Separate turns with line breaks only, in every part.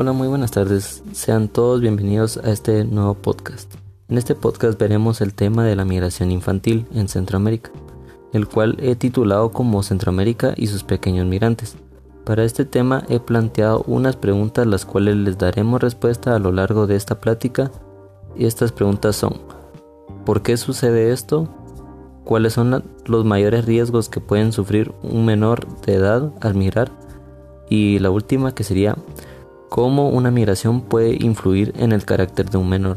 Hola, muy buenas tardes. Sean todos bienvenidos a este nuevo podcast. En este podcast veremos el tema de la migración infantil en Centroamérica, el cual he titulado como Centroamérica y sus pequeños migrantes. Para este tema he planteado unas preguntas las cuales les daremos respuesta a lo largo de esta plática, y estas preguntas son: ¿por qué sucede esto? ¿Cuáles son los mayores riesgos que pueden sufrir un menor de edad al migrar? Y la última, que sería: ¿cómo una migración puede influir en el carácter de un menor?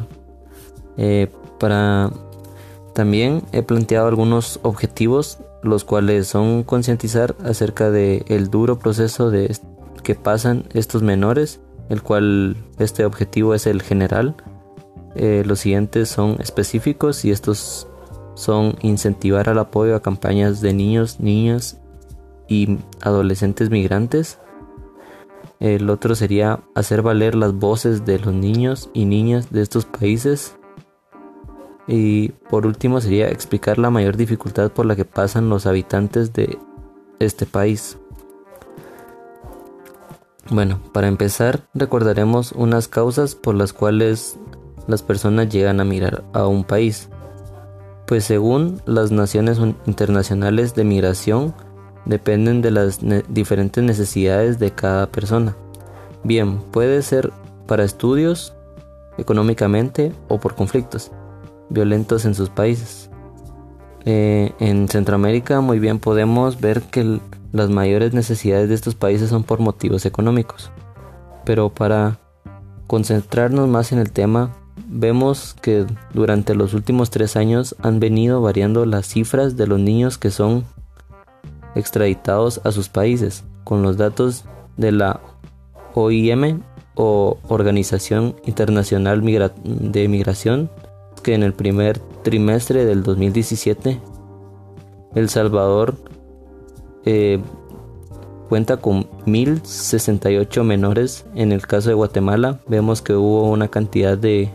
También he planteado algunos objetivos, los cuales son concientizar acerca del duro proceso que pasan estos menores, el cual este objetivo es el general. Los siguientes son específicos, y estos son incentivar al apoyo a campañas de niños, niñas y adolescentes migrantes. El otro sería hacer valer las voces de los niños y niñas de estos países. Y por último sería explicar la mayor dificultad por la que pasan los habitantes de este país. Bueno, para empezar recordaremos unas causas por las cuales las personas llegan a migrar a un país. Pues según las naciones internacionales de migración, dependen de las diferentes necesidades de cada persona. Bien, puede ser para estudios, económicamente o por conflictos violentos en sus países. En Centroamérica muy bien podemos ver que las mayores necesidades de estos países son por motivos económicos. Pero para concentrarnos más en el tema, vemos que durante los últimos 3 años han venido variando las cifras de los niños que son extraditados a sus países, con los datos de la OIM o Organización Internacional de Migración, que en el primer trimestre del 2017 El Salvador cuenta con 1068 menores. En el caso de Guatemala vemos que hubo una cantidad de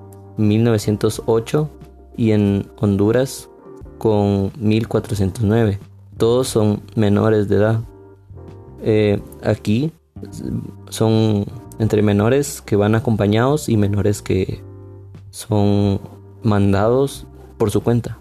1908, y en Honduras con 1409. Todos son menores de edad. Aquí son entre menores que van acompañados y menores que son mandados por su cuenta.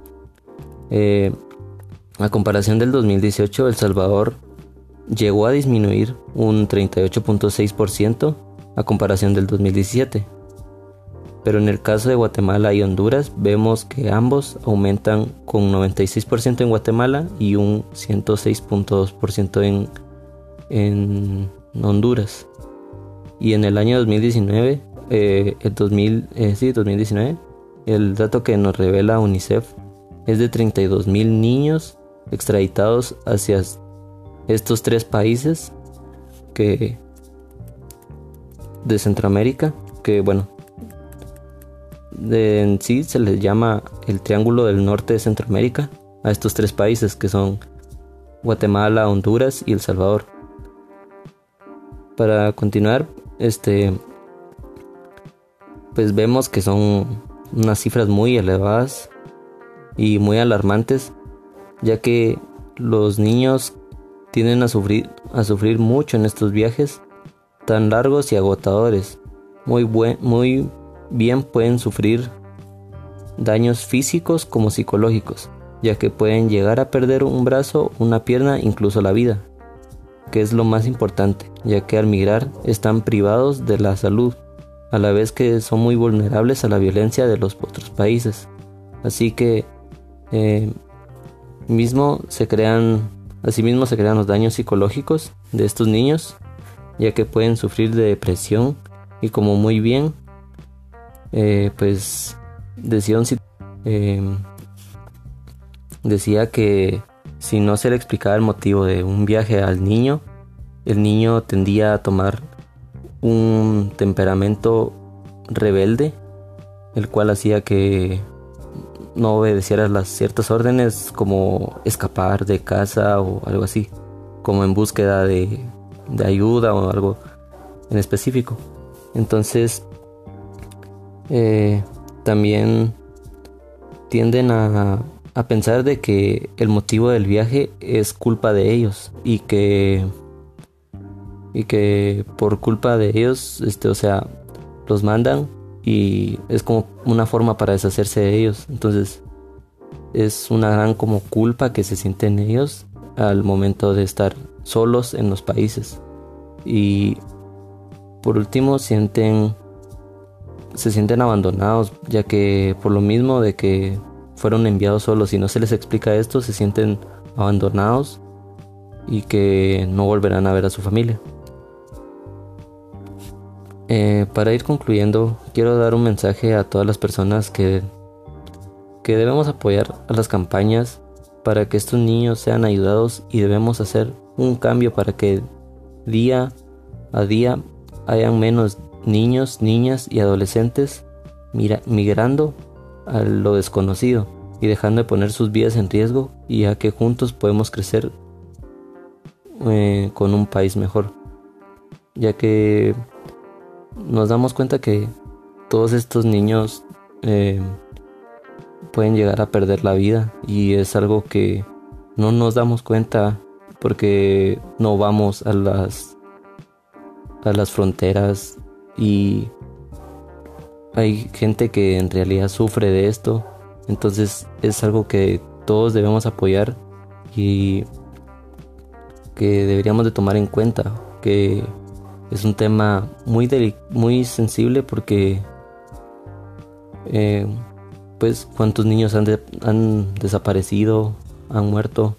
A comparación del 2018, El Salvador llegó a disminuir un 38.6% a comparación del 2017. Pero en el caso de Guatemala y Honduras vemos que ambos aumentan con 96% en Guatemala y un 106.2% en Honduras. Y en el año 2019, 2019, el dato que nos revela UNICEF es de 32,000 niños extraditados hacia estos 3 países de Centroamérica, que bueno, en sí se les llama el Triángulo del Norte de Centroamérica a estos 3 países, que son Guatemala, Honduras y El Salvador. Para continuar, pues vemos que son unas cifras muy elevadas y muy alarmantes, ya que los niños tienden a sufrir mucho en estos viajes tan largos y agotadores. Muy bien pueden sufrir daños físicos como psicológicos, ya que pueden llegar a perder un brazo, una pierna, incluso la vida, que es lo más importante, ya que al migrar están privados de la salud, a la vez que son muy vulnerables a la violencia de los otros países. Así que asimismo se crean los daños psicológicos de estos niños, ya que pueden sufrir de depresión. Y como muy bien pues decía que si no se le explicaba el motivo de un viaje al niño, el niño tendía a tomar un temperamento rebelde, el cual hacía que no obedeciera las ciertas órdenes, como escapar de casa o algo así, como en búsqueda de ayuda o algo en específico. Entonces también tienden a pensar de que el motivo del viaje es culpa de ellos, y que y que por culpa de ellos, o sea, los mandan y es como una forma para deshacerse de ellos. Entonces es una gran como culpa que se sienten ellos al momento de estar solos en los países. Y por último se sienten abandonados, ya que por lo mismo de que fueron enviados solos y no se les explica esto, se sienten abandonados y que no volverán a ver a su familia. Para ir concluyendo, quiero dar un mensaje a todas las personas que debemos apoyar a las campañas para que estos niños sean ayudados, y debemos hacer un cambio para que día a día hayan menos niños, niñas y adolescentes migrando a lo desconocido y dejando de poner sus vidas en riesgo, y ya que juntos podemos crecer con un país mejor, ya que nos damos cuenta que todos estos niños pueden llegar a perder la vida, y es algo que no nos damos cuenta porque no vamos a las fronteras, y hay gente que en realidad sufre de esto. Entonces es algo que todos debemos apoyar y que deberíamos de tomar en cuenta, que es un tema muy sensible, porque pues cuántos niños han desaparecido, han muerto,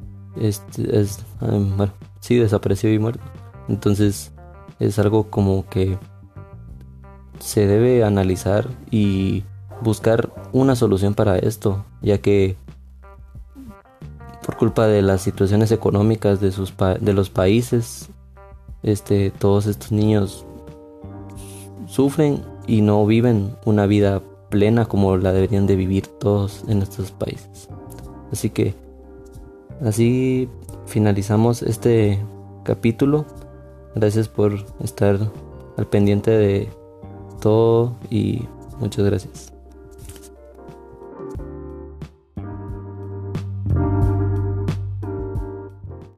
bueno, sí, desaparecido y muerto. Entonces es algo como que se debe analizar y buscar una solución para esto, ya que por culpa de las situaciones económicas de los países, todos estos niños sufren y no viven una vida plena como la deberían de vivir todos en estos países. Así que así finalizamos este capítulo. Gracias por estar al pendiente de todo y muchas gracias.